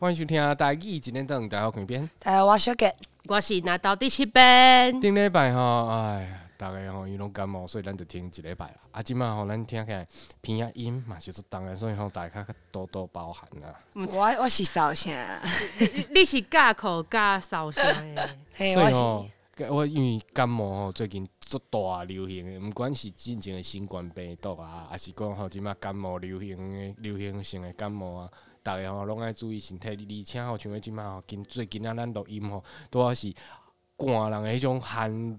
欢迎收听台语一点钟大学开篇。 大家我小杰， 我是拿到第7遍。 顶礼拜吼，哎呀，大家吼因拢感冒，所以咱就停一礼拜啦。啊，即马吼咱听起来鼻啊音嘛是做重的，所以吼大家多多包涵啦。 我是烧声， 你是假口假烧声的， 嘿， 所以我吼，我因为感冒吼最近足大流行的，毋管是进前的新冠病毒啊，还是讲吼即马感冒流行性的感冒啊。大家吼拢爱注意身体，而且吼像迄即马吼，最近啊，咱录音吼，拄好是寒人的迄种寒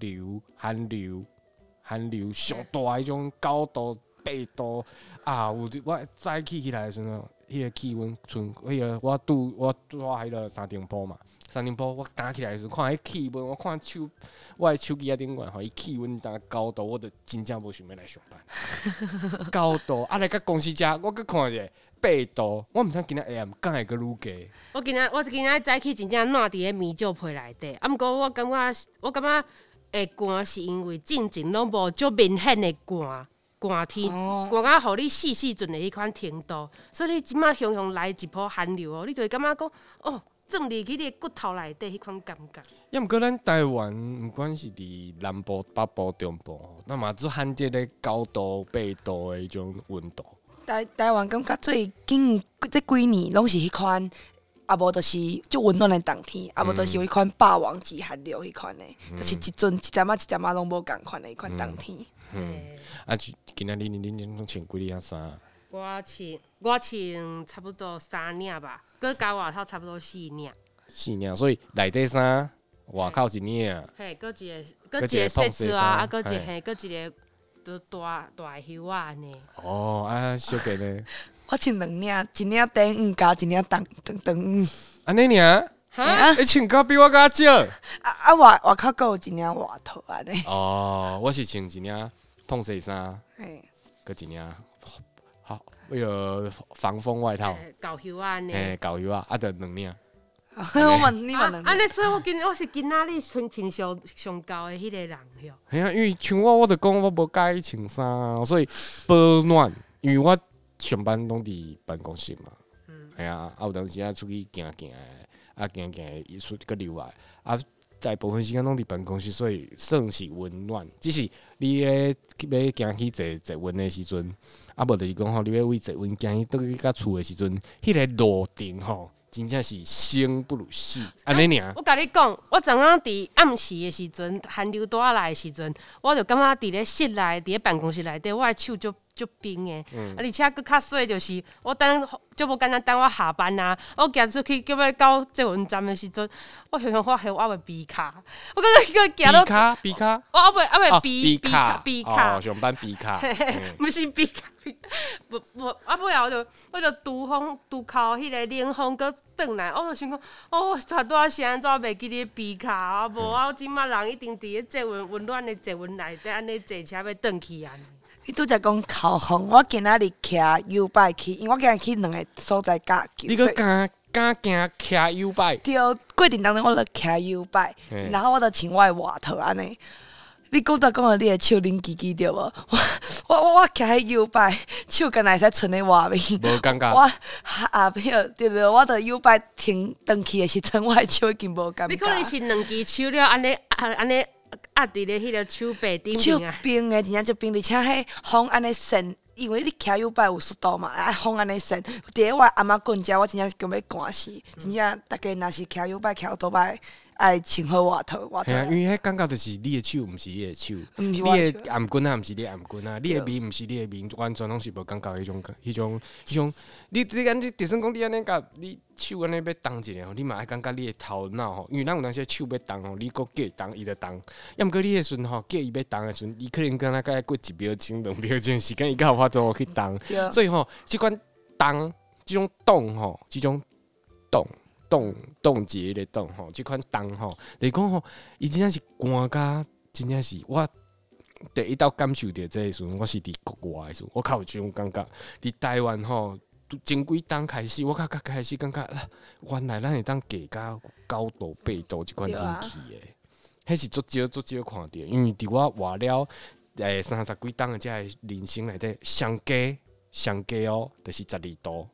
流上大迄种9度8度啊！我早起来的时阵，迄个气温剩迄个我迄个三重埔嘛，三重埔我打起来的时候，看迄气温，我看我的手机啊顶悬吼，伊气温大9度，我就真正无想要来上班。9度啊，来到公司遮，我搁看者。8度，我毋知今仔下暗敢会搁愈低。 我今仔早起真正烂伫咧棉酒被内底，啊，毋过我感觉会寒是因为进前拢无足明显的寒天，寒到互你细阵的迄款程度，所以你即马雄来一波寒流哦，你就会感觉讲哦，钻入去你的骨头内底迄款感觉。 也毋过咱台湾，毋管是伫南部、北部、中部，咱嘛只罕即个9度、8度的迄种温度。 台湾感觉最近这几年拢是迄款，啊无就是足温暖的冬天，啊无就是有迄款霸王级寒流迄款的，就是一阵仔拢无共款的迄款冬天。 啊，今仔日恁拢穿几领衫？ 我穿差不多3领吧，佮加外套差不多4领。 4领，所以内底衫，外口1领。 嘿，佮一个恤子啊，啊，佮一个。都大袖啊安尼。 哦，啊，小姐呢？ 我穿2领，一领短裤加一领长裤。 安尼尔？ 哈？ 你穿较比我较少。 外口阁有一领外套安尼。 哦，我是穿一领碰洗衫，搁一领好为了防风外套。 厚袖啊安尼。 厚袖啊，就2领。 我问你问2领。 安尼，所以我是今仔日穿上厚的迄个人哟。 嘿啊，因为像我就讲我无介意穿衫，所以保暖。因为我上班拢伫办公室嘛，哎呀，有当时啊出去行行的，啊行伊出个流来，啊大部分时间拢伫办公室，所以算是温暖。只是你咧要行去坐温的时阵，啊无就是讲吼，你要为坐温行去倒去到厝的时阵，迄个路程吼。真正是生不如死，安尼尔。 我甲你讲，我昨仔伫暗时的时阵，寒流倒来的时阵，我就感觉伫咧室内，伫咧办公室内底，我的手足冰的。而且佫较衰就是，我足无简单等我下班啊，我行出去，叫要到捷运站的时阵，我想发现我袂鼻卡，我感觉佮行到鼻卡， 我袂鼻卡， 哦，上班鼻卡， 毋是鼻卡。啊尾后我就拄风拄靠迄个冷风，佮转来，我就想讲，差拄仔是安怎袂记咧鼻卡啊？无我即马人一定伫咧捷运温暖的捷运内底，安尼坐车要转去安尼。 你拄则讲靠风，我今仔日骑 U 拜去，因为我今日去2个所在教球。 你佫敢行骑 U 拜？ 对，过程当中我就骑 U 拜，然后我就穿我的外套安尼。你讲到你的手冷叽叽对无？我骑迄 U 拜，手敢若会使伸咧外面。 无感觉。 我对，我着 U 拜停转去的时阵，我的手已经无感觉。 你可能是2支手了，安尼压伫咧迄个手背顶面啊。 手冰的，真正足冰，而且迄风安尼扇，因为你骑 U 拜有速度嘛，啊风安尼扇，伫咧我阿妈棍遮，我真正是叫要寒死。真正大家若是骑 U 拜、骑倒摆，爱穿好外套。 嘿啊，因为迄感觉就是你的手，毋是你的手，你的颔棍啊，毋是你的颔棍啊，你的面毋是你的面，完全拢是无感觉迄种。你就算讲你安尼甲你手安尼要动一下吼，你嘛爱感觉你的头脑吼，因为咱有当时手要动吼，你搁叫伊动，伊就动。要毋过你的时阵吼，叫伊要动的时阵，伊可能敢若甲过1秒钟、2秒钟时间，伊才有法度去动。所以吼，即款动，即种动吼，即种冻结的冻吼，即款冻吼，就是讲吼，伊真正是寒甲，真正是我第一道感受到这个时阵，我是伫国外的时阵，我较有即种感觉。伫台湾吼，前几冬开始，我开始感觉，原来咱会当加到9度8度即款天气的，迄是足少看到，因为伫我活了30几冬的这人生内底，上加哦，就是12度。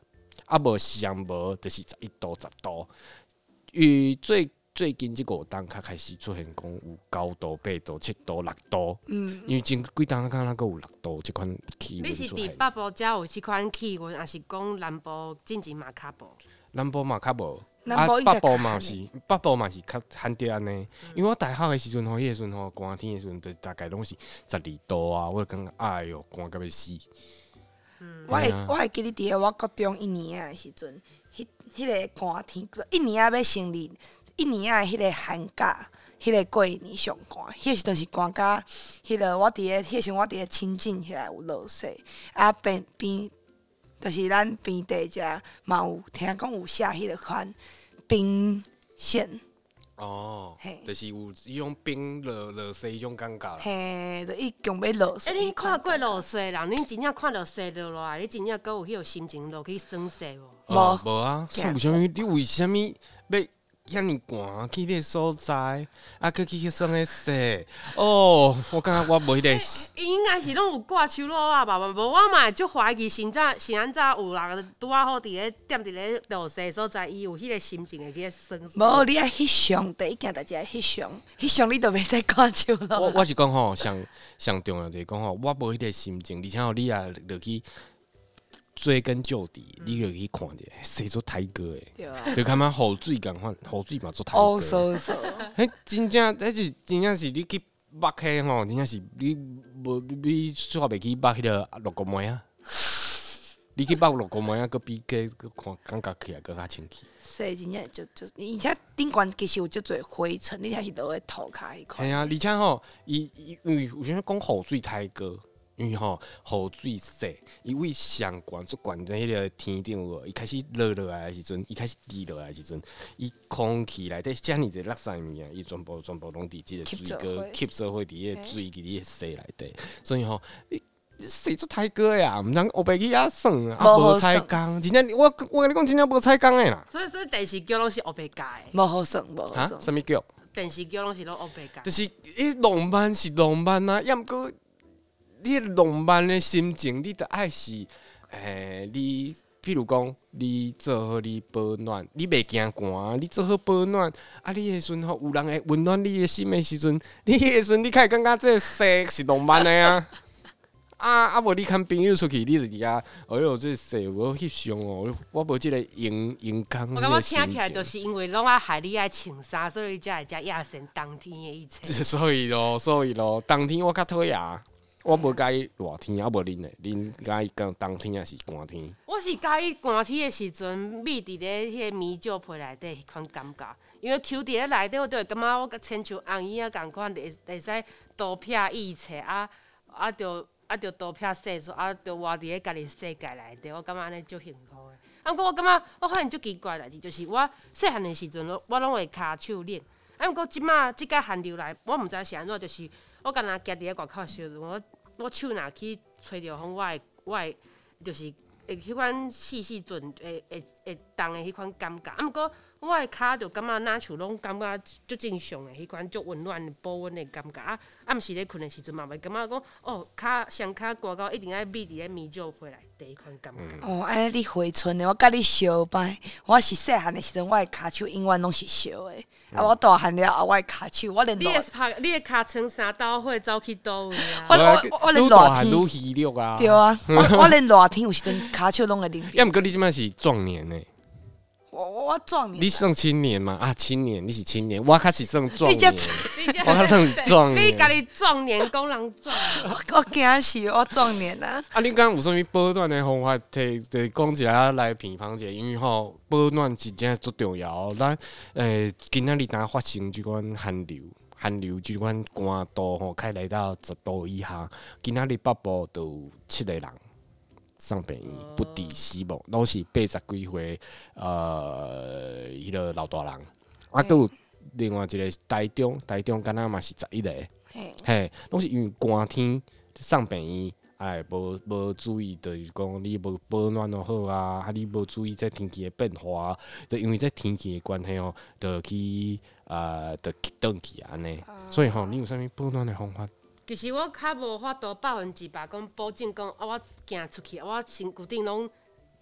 啊无上无就是11度、10度。与最近即5冬较开始出现讲有9度、8度、7度、6度，因为前几冬敢若阁有6度即款气温你是出现。 伫北部遮有即款气温，还是讲南部进前嘛较无？ 南部嘛较无， 南部应该北部嘛是较罕着安尼。因为我大学的时阵吼，迄个时阵吼，寒天的时阵，就大概拢是12度啊，我就感觉哎哟，寒到要死。 我会记得伫个我国中1年的时阵，迄个寒天，1年要成立，1年的迄个寒假，迄个过年上寒，迄个时阵是寒甲迄个我伫个，迄个时阵我伫个清境遐有落雪，啊边，就是咱边地遮嘛有听讲有下迄个款冰线。 哦嘿， 就是有迄种冰落雪迄种感觉啦。 嘿，就已经要落雪。 恁看过落雪人，恁真正看到雪落落来，你真正阁有迄个心情落去耍雪无？ 无啊，所以为虾米？你为虾米要遐尼寒去迄个所在，啊，去迄耍个雪？哦，我感觉我无迄个。 伊应该是拢有挂手落啊吧？无我嘛会足怀疑是安怎有人拄啊好伫咧踮伫咧落雪所在，伊有迄个心情会去耍雪。 无，你爱翕相，第一件代志爱翕相，翕相你就袂使挂手咯。 我是讲吼，上重要就是讲吼，我无迄个心情，而且吼，你也落去追根究底，你就去看者，谁做台歌的， 对啊， 就感觉雨水共款，雨水嘛做台乌歌。 嗖嗖。 迄真正，迄是真正是你去捌迄吼，真正是你无你煞袂去捌迄个鹿谷梅啊。你去捌鹿谷梅啊，佫比佮看感觉起来佫较清气。 说真正就，而且顶悬其实有足侪灰尘，你还是落去涂骹迄块。 系啊，而且吼，因为有啥讲雨水台歌。因为吼雨水洗，伊为上悬最悬在迄个天顶有，伊开始落落来的时阵，伊开始滴落来的时阵，伊空气内底遮尔侪垃圾物件，伊全部拢伫即个水沟吸做伙伫迄个水伫迄个洗内底，所以吼，你洗出太过呀，毋通黑白去遐耍啊，无采工，真正我甲你讲，真正无采工的啦。 所以电视剧拢是黑白加的。 无好耍，无好哈？ 耍。 什么叫？ 电视剧拢是拢黑白加。 就是伊浪漫是浪漫啊，抑毋过。你浪漫的心情，你着爱是，你譬如讲，你做好你保暖，你袂惊寒，你做好保暖，啊，你的时阵吼，有人会温暖你的心的时阵，你迄个时阵，你开始感觉这个雪是浪漫的啊。啊，无你牵朋友出去，你就伫遐，哎哟，这雪我翕相哦，我无即个荧光。 我感觉听起来就是因为拢爱害你爱穿衫，所以你才会遮亚sen冬天的一切。 所以咯，冬天我较讨厌。我无介意热天，啊无恁嘞，恁介意讲冬天还是寒天？ 我是介意寒天的时阵，秘伫咧迄个米酒被内底迄款感觉，因为裘伫咧内底，我就会感觉我亲像红衣啊共款，会使刀片异切着刀片洗出，着活伫咧家己世界内底，我感觉安尼足幸福的。啊，毋过我感觉我发现足奇怪代志，就是我细汉的时阵，我拢会骹手冷。啊，毋过即届寒流来，我毋知是安怎，就是我敢若徛伫咧外口的时阵，我手若去吹着风，我会就是会迄款细阵会动的迄款感觉。啊，毋过我的骹就感觉哪像拢感觉足正常的迄款足温暖保温的感觉。啊，暗时咧困的时阵嘛，袂感觉讲哦双骹寒到一定爱秘伫咧棉被内底迄款感觉。 哦，安尼你回春的，我甲你相反。我是细汉的时阵，我的骹手永远拢是烧的。啊，我大汉了后，我的骹手我连你的骹穿衫斗火走去倒位啊？ 我连热天愈虚弱啊。 对啊，我连热天有时阵骹手拢会冷冰。 要毋过你即摆是壮年呢？ 我壮年。 你算青年嘛？啊，青年，你是青年，我较是算壮年。 我较算是壮年。 你家己壮年讲人壮年。 我惊死，我壮年啊！ 啊，你敢有啥物保暖的方法？提讲一下来评判者，因为吼保暖真正足重要。咱今仔日若发生即款寒流即款寒度吼，开来到10度以下，今仔日北部就有7个人送病院，不敌死亡，拢是80几岁迄个老大人。啊，佫有另外一个台中敢若嘛是11个，嘿，拢是因为寒天送病院。哎，无注意，就是讲你无保暖就好啊，啊你无注意这天气的变化，就因为这天气的关系哦，就去就转去安尼。所以吼，你有啥物保暖的方法？ 其实我较无法度100%讲保证讲，我行出去，我身躯顶拢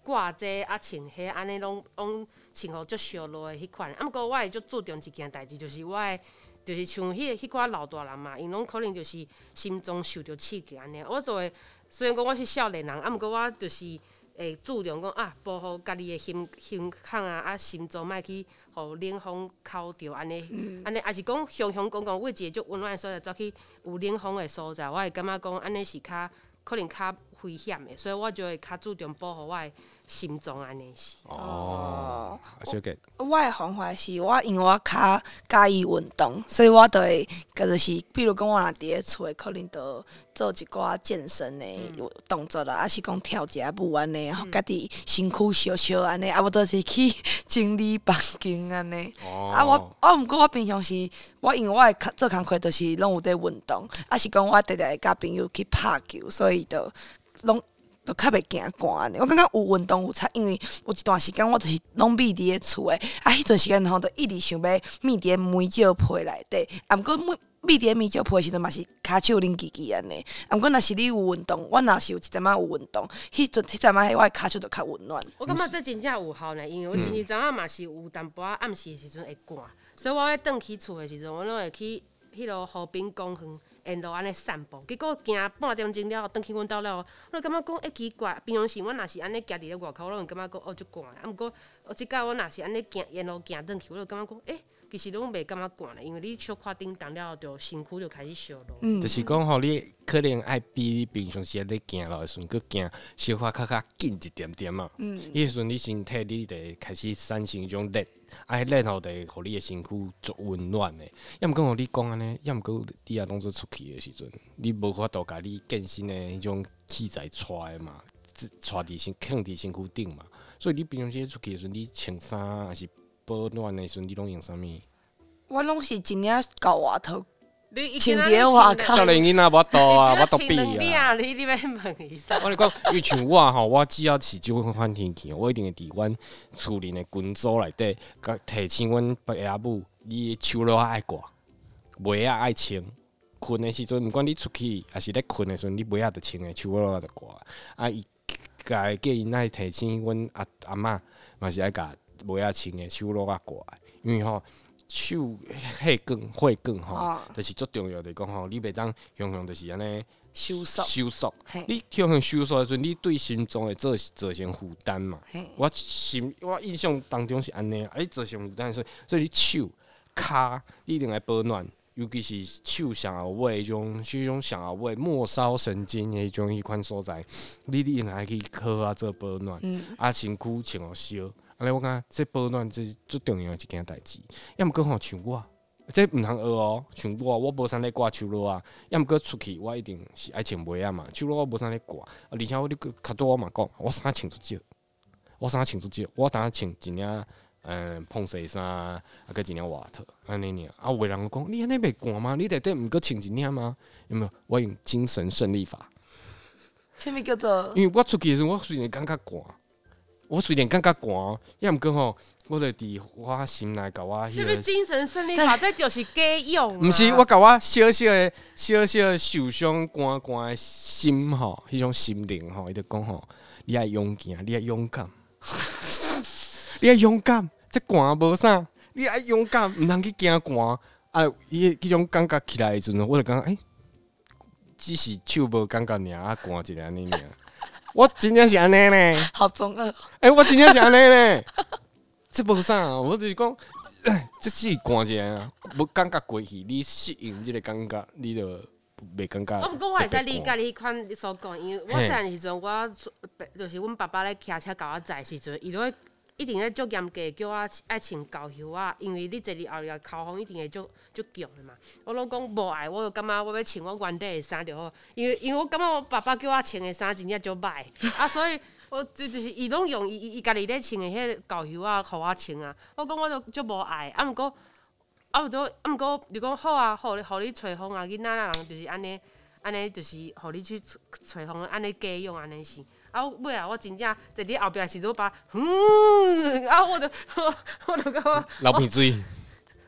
挂这啊穿迄安尼拢穿互足烧落的迄款。啊，毋过我会足注重一件代志，就是我会就是像迄寡老大人嘛，因拢可能就是心脏受着刺激安尼。我就会虽然讲我是少年人，啊，毋过我就是会注重讲啊，保护家己的心孔啊，心脏莫去互冷风烤着安尼，安尼也是讲雄雄公公为一个足温暖的所在走去有冷风的所在，我会感觉讲安尼是可能较危险的，所以我就会较注重保护我的心脏安尼是。 哦，小姐， 我的方法是我因为我较介意运动，所以我就会就是比如讲我若伫咧厝，可能就做一寡健身的动作啦，还是讲跳一下舞安尼，互家己身躯烧烧安尼，啊无就是去整理房间安尼。啊我毋过我平常时我因为我的做工课就是拢有在运动，啊是讲我常常会甲朋友去拍球，所以就拢。就较袂惊寒呢。我感觉有运动有差，因为有一段时间我就是拢覕伫咧厝诶，啊，迄阵时间吼，就一直想要覕伫咧棉照被内底，啊，毋过覕伫咧棉照被时阵嘛是骹手冷叽叽安尼，啊，毋过若是你有运动，我若是有一阵仔有运动，迄阵仔我诶骹手就较温暖。 我感觉这真正有效呢，因为我前一阵仔嘛是有淡薄仔暗时的时阵会寒，所以我咧转去厝的时阵，我拢会去迄落河滨公园。沿路安尼散步，结果行半点钟了后，转去阮兜了后，我就感觉讲，奇怪，平常时我若是安尼行伫咧外口，我就感觉讲哦，足寒的。啊，毋过即摆我若是安尼行沿路行转去，我就感觉讲，其实拢袂感觉寒的，因为你小可叮当了后，就身躯就开始烧咯。 就是讲吼，你可能爱比你平常时咧行路的时阵，佮行小可较紧一点点嘛。迄时阵你身体你就会开始产生迄种热。啊，迄热吼，就会互你的身躯足温暖的。要毋过互你讲安尼，要毋过你也当做出去的时阵，你无法度甲你健身的迄种器材带嘛，带伫放伫身躯顶嘛。所以你平常时出去的时阵，你穿衫还是保暖的时阵，你拢用啥物？ 我拢是一领到外头。 穿伫咧外口， 少年囡仔无度啊，我度比啊！你要问伊啥？ 我讲，因为像我吼，我只要是即款天气，我一定会伫阮厝里的军组内底，甲提醒阮爸爷母，你手落爱挂，袜仔爱穿。困的时阵，毋管你出去还是咧困的时阵，你袜仔着穿的，手落着挂。啊，伊家计因爱提醒阮阿嬷，嘛是爱甲袜仔穿的，手落啊挂。因为吼。手血管吼，就是足重要。就是讲吼，你袂当常就是安尼收缩。 你常收缩的时阵，你对心脏会造成负担嘛？我印象当中是安尼啊，你造成负担，所以你手、骹你一定要保暖，尤其是手上后尾迄种上后尾末梢神经的迄款所在，你一定爱去靠啊做保暖，啊身躯穿互烧。安尼我感觉这保暖这最重要的一件代志。要毋过吼像我，这毋通学哦。像我无啥咧挂手螺啊。要毋过出去我一定是爱穿袜仔嘛，手螺我无啥咧挂。而且你较多我嘛讲，我衫穿足少，我当穿一领碰洗衫，啊，佮一领外套，安尼尔。啊，有个人讲你安尼袂寒吗？你内底毋过穿一领吗？有没有？我用精神胜利法。 啥物叫做？ 因为我出去的时候，我虽然感觉寒。我虽然感觉寒，也毋过吼，我就伫我心内甲我是不是精神胜利法？这就是假用。 毋是，我甲我小受伤寒的心吼，迄种心灵吼，伊就讲吼，你爱勇敢，你爱勇敢，你爱勇敢，这寒无啥，你爱勇敢，毋通去惊寒。啊，迄种感觉起来的时阵，我就感觉只是手无感觉尔，啊寒一下安尼尔。我真正是安尼呢， 好中二。 我真正是安尼呢，这无啥，我就是讲，这只是寒一下，无感觉过去，你适应这个感觉，你就袂感觉。 不过我会使理解你迄款所讲，因为我细汉时阵，我就是阮爸爸咧骑车甲我载时阵，伊就会一定咧足严格叫我爱穿高袖啊，因为你坐伫后面口风一定会足强的嘛。我拢讲无爱，我就感觉我要穿我原底的衫就好，因为我感觉我爸爸叫我穿的衫真正足歹啊，所以我就是伊拢用伊家己咧穿的迄高袖啊，互我穿啊。我讲我就足无爱，毋过就讲好啊，互你吹风啊，囡仔人就是安尼就是互你去吹风，安尼家用安尼是。啊，尾啊，我真正坐伫后壁的时阵，我爸，啊，我就感觉流鼻水。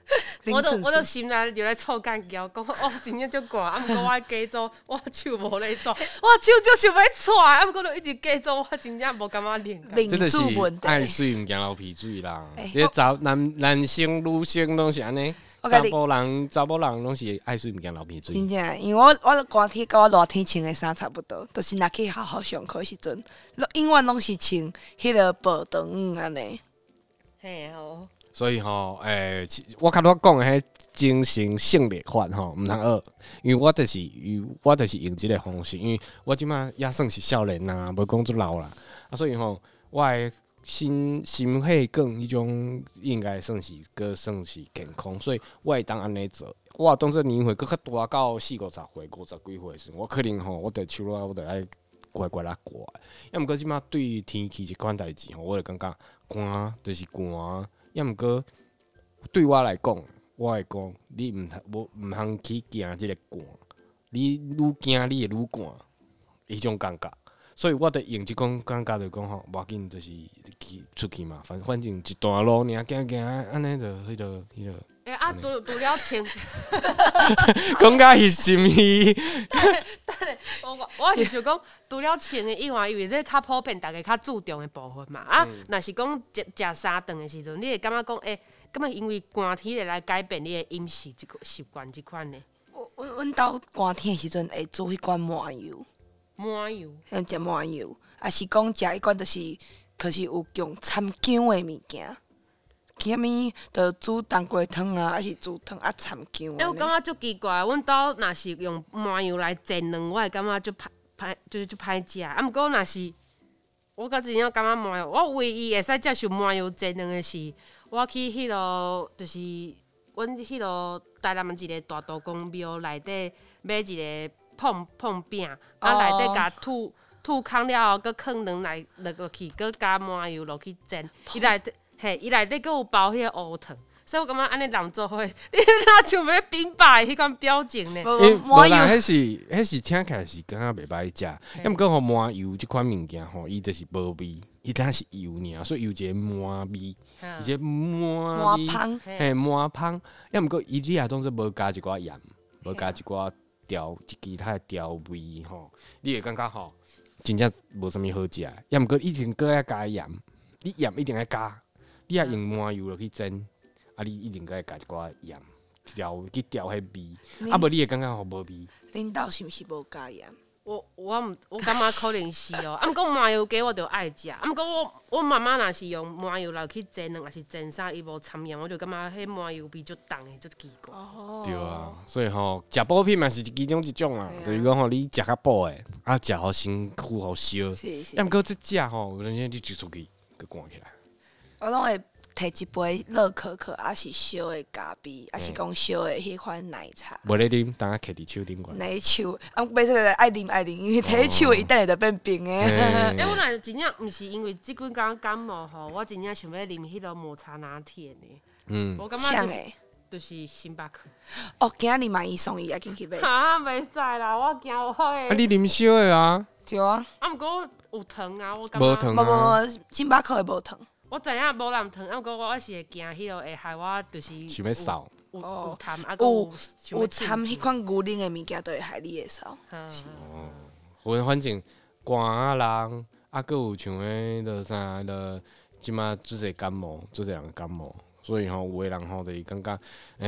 我就心内就咧臭干胶，讲哦，真正足寒。啊，毋过我加做，我手无咧做，我手就想要踹，啊，毋过就一直加做，我真正无感觉冷。 这就是爱水毋惊流鼻水啦。这男生、女生拢是安尼。查甫人拢是爱水毋惊流鼻水。 真正，因为我寒天甲我热天穿的衫差不多，就是若去学校上课时阵，永远拢是穿迄个薄长安尼。 嘿吼。 所以吼，我较多讲的迄精神胜利法吼，毋通学，因为我就是用即个方式，因为我即摆也算是少年啦，无讲足老啦，啊，所以吼，我的心血管迄种应该算是健康，所以我会当安尼做。我当做年岁搁较大到40、50岁、50几岁时，我可能吼，我着手啊，我着爱乖乖啦刮。要毋过即摆对于天气即款代志吼，我就感觉寒就是寒。要毋过对我来讲，你毋通去惊即个寒，你愈惊你会愈寒，迄种感觉。所以我得用即种感觉，就讲吼，无要紧，就是出去嘛，反正一段路尔，行，安尼就迄个。 啊，除了穿， 讲甲迄心意。我是想讲，除了穿的以外，因为这较普遍，大家较注重的部分嘛。啊，若是讲食三顿的时阵，你会感觉讲，感觉因为寒天会来改变你的饮食习惯即款呢？ 阮兜寒天的时阵会做迄款麻油。 麻油。 食麻油，啊是讲食迄款就是有用掺姜的物件。虾米着煮冬瓜汤啊，还是煮汤啊掺姜？ 我感觉足奇怪，阮兜若是用麻油来煎卵，我会感觉足就是足歹食。啊，毋过若是我真正感觉麻油，我唯一会使接受麻油煎卵的是，我去迄落就是阮迄落台南一个大道公庙内底买一个碰饼，啊内底甲吐空了后，佮放卵来落去，佮加麻油落去煎，伊内底佫有包迄个乌糖，所以我感觉安尼人做伙，你若像要冰霸迄款表情呢？ 无啦，迄是听起来是感觉袂歹食，要毋过吼麻油即款物件吼，伊就是无味，伊只是油尔，所以有一个麻味，而且麻味，麻香。要毋过伊你也当做无加一寡盐，无加一寡其他的调味吼，你会感觉吼真正无啥物好食。要毋过一定搁要加盐，你盐一定要加。你也用麻油落去煎，啊！你一定该加一寡盐去调迄味，啊无你会感觉吼无味。 恁兜是毋是无加盐？ 我感觉可能是哦。啊，毋过麻油鸡我就爱食，啊，毋过我妈妈若是用麻油来去煎卵，还是煎啥，伊无掺盐，我就感觉迄麻油味足重的，足奇怪。 对啊，所以吼，食补品嘛是其中一种啦，就是讲吼，你食较补的，啊，食互身躯互烧。啊，毋过这食吼，有阵时你就出去，佮寒起来。 我拢会摕一杯热可可，还是烧的咖啡，还是讲烧的迄款奶茶。 无咧啉，当下摕伫手顶管。 奶手，啊，袂说爱啉，因为摕手伊等下就变冰的。 我若真正毋是因为即几工感冒吼，我真正想要啉迄个抹茶拿铁呢。我感觉就是星巴克。 哦，今日买伊送伊，要紧去买。 啊，袂使啦，我惊我啊，你啉烧的啊？ 对啊。 啊，毋过有糖啊，我感觉。无糖啊。无，星巴克的无糖。 我知影无人糖，啊，毋过我是会惊迄个会害我就是想要扫， 有痰，啊， 有掺迄款牛奶的物件，都会害你会扫。 反正寒啊人，啊，佫有像迄落啥落，即马做者感冒，做者人感冒，所以吼有诶人吼就是感觉，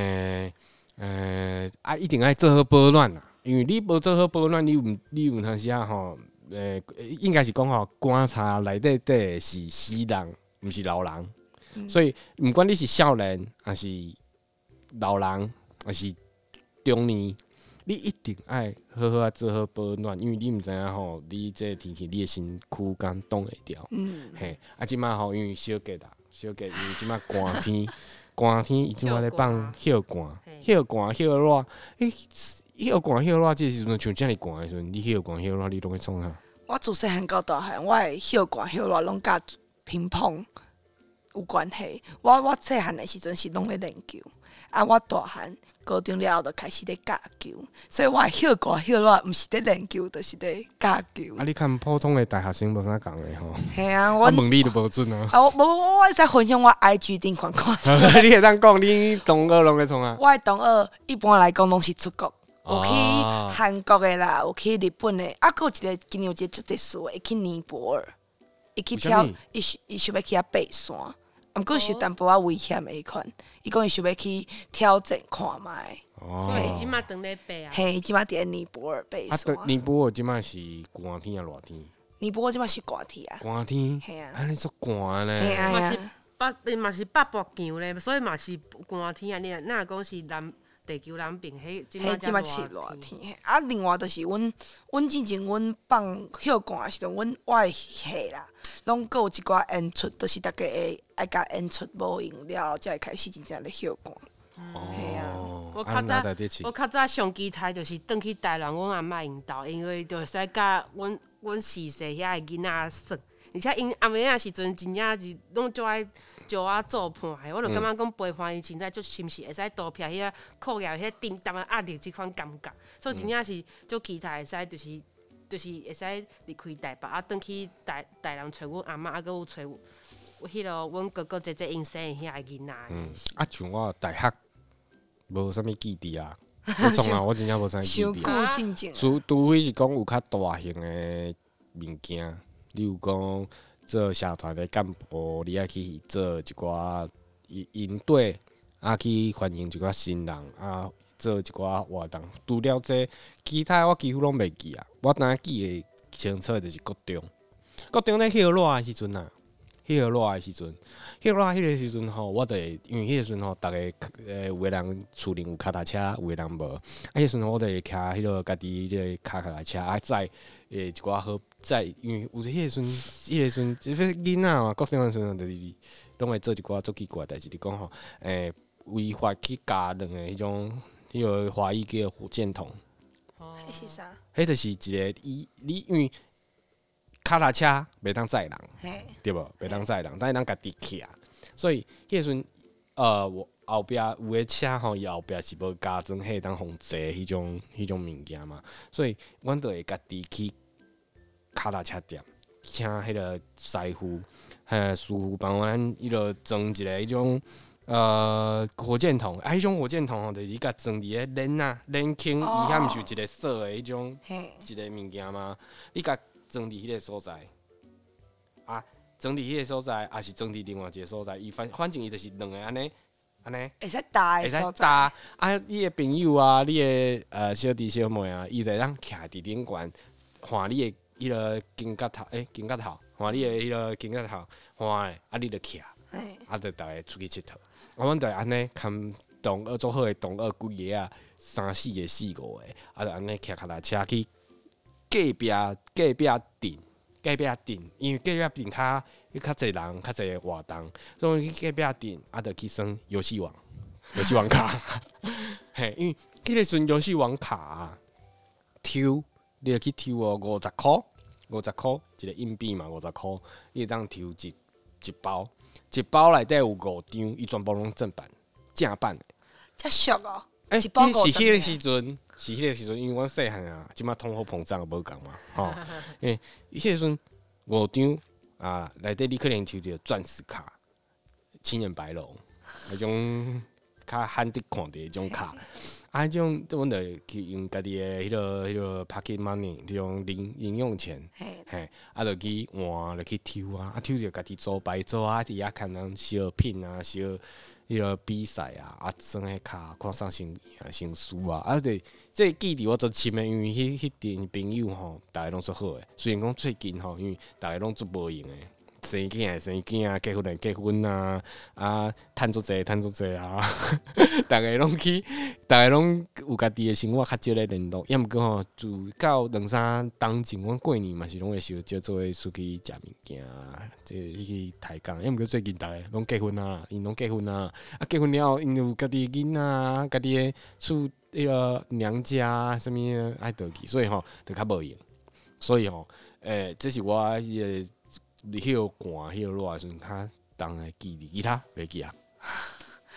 啊，一定爱做好保暖啦，因为你无做好保暖，你有当时啊吼，应该是讲吼，观察内底是死人。毋是老人，所以毋管你是少年，还是老人，还是中年，你一定爱好好做好保暖，因为你毋知影吼，你这天气你的身躯敢挡会掉。嘿，啊，即摆吼，因为小吉因为即摆寒天，伊即摆咧放歇寒，歇热，歇寒歇热，这时阵像遮尔寒的时阵，你歇寒歇热，你拢会创啥？ 我自细汉到大汉，我的歇寒歇热拢甲乒乓有关系。我细汉的时阵是拢咧练球， 啊，我大汉高中了后就开始咧教球，所以我会晓歌晓热，毋是咧练球，就是咧教球。 啊，你看普通的大学生无啥共的吼， 系啊， 我问你都无准啊。 啊，我会使分享我 IG 顶看看。 你会当讲你同学拢会创啊？ 我的同学一般来讲拢是出国，有去哦韩国的啦，有去日本的，啊，佫有一个今年有一个足特殊的，会去尼泊尔，伊去跳为什么， 伊想要去遐爬山，毋过是有淡薄仔危险的迄款。伊讲伊想要去挑战看卖， 所以即马当咧爬啊。 嘿，伊即马伫咧尼泊尔爬啊， 山。 尼泊尔即摆是寒天啊，热天？ 尼泊尔即马是寒天啊， 寒天， 嘿啊安尼足寒嘿咧。 啊嘿嘛是啊， 嘛是北部强咧，所以嘛是寒天啊。你若讲是地球南边，迄即嘿， 马即马是热天。嘿啊，另外就是阮之前阮放休寒的时阵，我的下啦，拢阁有一寡演出，就是大家会爱甲演出无用了后，才会开始真正咧休寒。嘿啊哦， 我啊较早哪知去我较早上机台就是转去台南，阮阿嬷因兜，因为就会使甲阮四世遐个囡仔耍，而且因阿妹仔时阵真正是拢足爱招我做伴的，我就感觉讲陪伴伊，凊彩足心是会使多撇迄个课业迄重担的压力即款感觉，所以真正是足期待会使就是会使离开台北啊，转去台南找阮阿嬷，啊，搁有找迄落阮哥哥姐姐因生的遐个囡仔。 啊，像我大学无啥物记忆啊，我从来我真正无啥记伤忆啊。 久进前啊， 除非是讲有较大型的物件，例如讲做社团的干部，你爱去做一寡营队，啊去欢迎一寡新人，啊做一寡活动。除了这，其他我几乎拢袂记啊。我单记的清楚的就是国中，国中咧歇热的时阵啊。迄个热的时阵，迄个时阵吼，我会因为迄个时阵吼，逐个有个人厝里有脚踏车，有个人无。啊，迄时阵我就会骑迄个家己迄个脚踏车，啊载一寡好载，因为有迄个时阵，即个囡仔嘛，国中的时阵就是拢会做一寡足奇怪的代志。你讲吼，违法去加两个迄种迄个华裔叫火箭筒， 迄是啥？ 迄就是一个你因为脚踏车袂当载人。 嘿， 对无？袂当载人，但是咱家己骑。所以迄时阵，我后壁有诶车吼，伊后壁是无加装迄当防坐迄种物件嘛。所以，阮就会家己去脚踏车店，请迄个师傅，师傅帮阮伊落装一个迄种火箭筒。啊，迄种火箭筒吼，就是你甲装伫咧链啊链孔，伊遐毋是有一个锁诶迄种嘿， 一个物件吗？你甲装伫迄个所在。啊，装伫迄个所在，还是装伫另外一个所在，伊反正伊就是两个安尼， 会使搭会使的所在。 搭。啊，你的朋友啊，你的小弟小妹啊，伊就当徛伫顶悬，看你的迄个金角头，金角头，看你的迄个金角头，看诶，啊，你就徛， 嘿， 啊，就逐个出去佚佗。啊，阮就会安尼，牵同学做好诶同学几个啊，3、4个、4、5个，啊，就安尼骑脚踏车去隔壁镇。隔壁镇，因为隔壁镇较侪人，较侪活动，所以去隔壁镇啊，就去耍游戏王卡。嘿，因为迄个时游戏王卡啊，抽你就去抽哦，50箍一个硬币嘛，50箍，你会当抽一包，一包内底有5张，伊全部拢正版的。 遮俗哦。 是一包迄个 50 时阵，因为阮细汉啊，即马通货膨胀无共嘛，吼，因为迄个时阵5张啊，内底你可能抽着钻石卡、青眼白龙迄种较罕得看的迄种卡，啊，迄种阮就去用家己的迄个 pocket money，迄种零用钱，嘿，啊，就去换，就去抽啊，抽着家己做牌做啊，伫遐看人小品啊，小。迄个比赛啊，装迄卡，看啥先赢先输啊，啊对，这记忆我足深的，因为迄阵朋友吼，逐个拢足好诶。虽然讲最近吼，因为逐个拢足无用诶，生囝诶生囝啊，结婚诶结婚啊，啊，趁足济啊，逐个拢有家己诶生活较少咧联络。要毋过吼，自到2、3冬前，阮过年嘛是拢会小做伙出去食物件，去抬杠。要毋过最近逐个拢结婚啊，因拢结婚啊，啊结婚了，因有家己诶囡仔，家己诶厝迄个娘家什物爱倒去，所以吼就较无用。所以吼，这是我迄个。你迄个寒、迄个热的时阵，较重的记忆，其他袂记啊。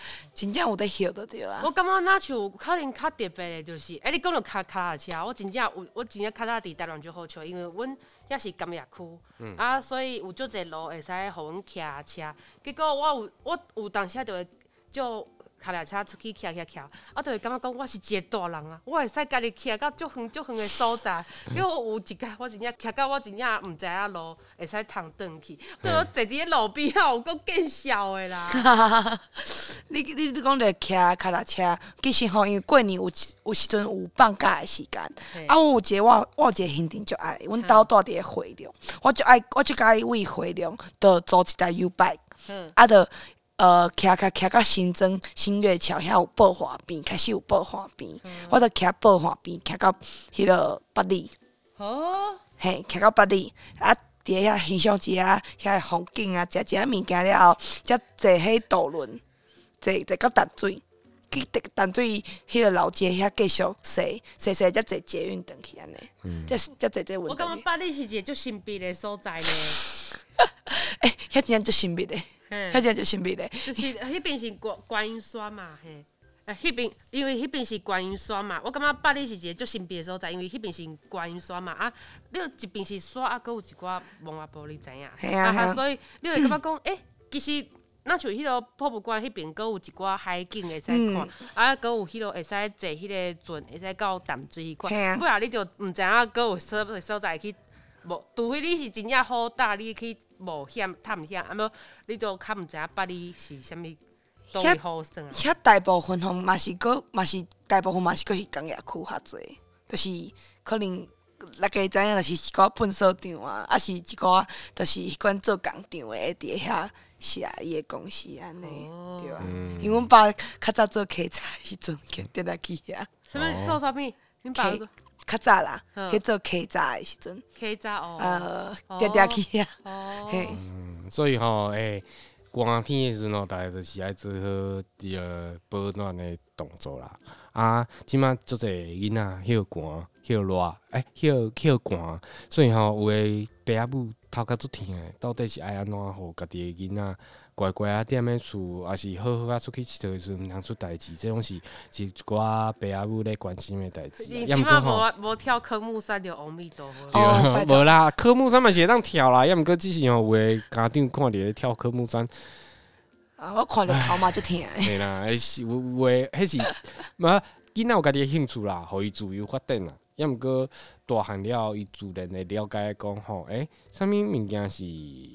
真正有在休就对啊。 我感觉那像有可能较特别的，就是，你讲到脚踏车，我真正脚踏伫台南就好笑，因为阮遐是工业区，所以有足侪路会使互阮骑车。结果我有当时就会叫脚踏车出去骑，就会感觉讲我是一个大人啊，我会使家己骑到足远的所在。结果有一摆我真正骑到我真正毋知影路会使通转去，对我坐伫路边啊，有够见笑的啦。 你讲着骑脚踏车，其实吼，因为过年有时阵有放假的时间，我有一个行程就爱，阮兜住伫个回龙，我就爱为回龙，就租一台 U bike，就骑到新月桥遐有爆花边，开始有爆花边，我就骑爆花边，骑到迄个八里，嘿，骑到八里，伫遐欣赏一下遐风景啊，食一下物件了后，才坐迄渡轮，坐到淡水，去淡水迄个老街遐继续踅，才坐捷运转去安尼，才坐这运动。 我感觉八里是一个足神秘的所在呢。 遐真正足神秘的，遐真正足神秘的。 就是迄边是观音山嘛，嘿。迄边因为迄边是观音山嘛，我感觉八里是一个足神秘的所在，因为迄边是观音山嘛，你一边是山，搁有一寡蒙阿波，你知影？所以你会感觉讲，其实咱像迄个博物馆迄边，搁有一寡海景会使看，搁有迄个会使坐迄个船，会使到淡水去看。不然你就毋知影搁有所在去，除非你是真正好大，你去冒险探险，无你就较毋知影八里是啥物。 遐大部分吼嘛是大部分嘛是搁是工业区较济，就是可能大家知影，就是一寡粪扫场啊，是一寡就是迄款做工厂的会伫遐写伊的公司安尼，对啊。因为阮爸较早做客车时阵，定来去遐。 什么做啥物？恁爸做？ 较早啦，去做客车的时阵。 客车哦。 定去遐。嘿。 所以吼，寒天的时阵吼，大家就是爱做好迄个保暖的动作啦。即马足侪囡仔歇寒、歇热，歇寒，所以吼有诶爸仔母头壳足疼的，到底是爱安怎互家己的囡仔乖乖踮咧厝，还是好好出去佚佗的时阵毋通出代志？这种是一寡爸仔母咧关心的代志。 即马无跳科目三就阿弥陀佛。 对，无啦，科目三嘛是会当跳啦，毋过只是吼有诶家长看着咧跳科目三。 我看着头嘛足疼。 嘿啦，迄是有诶，迄是，囡仔有家己诶兴趣啦，互伊自由发展啦。毋过大汉了后，伊自然会了解讲吼，啥物物件是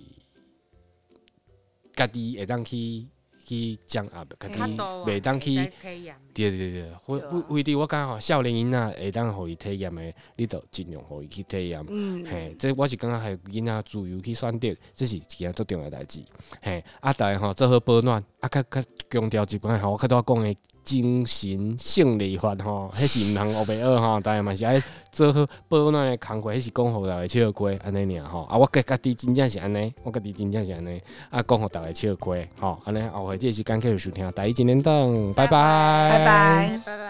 家己会当去掌握，家己袂当去。对，为伫我感觉吼，少年囡仔会当互伊体验的，你着尽量互伊去体验。嘿，这我是感觉互囡仔自由去选择，这是一件足重要的代志。嘿，大家吼做好保暖，较强调一摆吼，我较多讲的精神胜利法吼，迄是毋通学袂学吼，大家嘛是爱做好保暖的工课，迄是讲互大家笑过安尼尔吼。我家己真正是安尼，讲互大家笑过吼，安尼后回这时间继续收听，大家一年等，拜拜。 拜拜。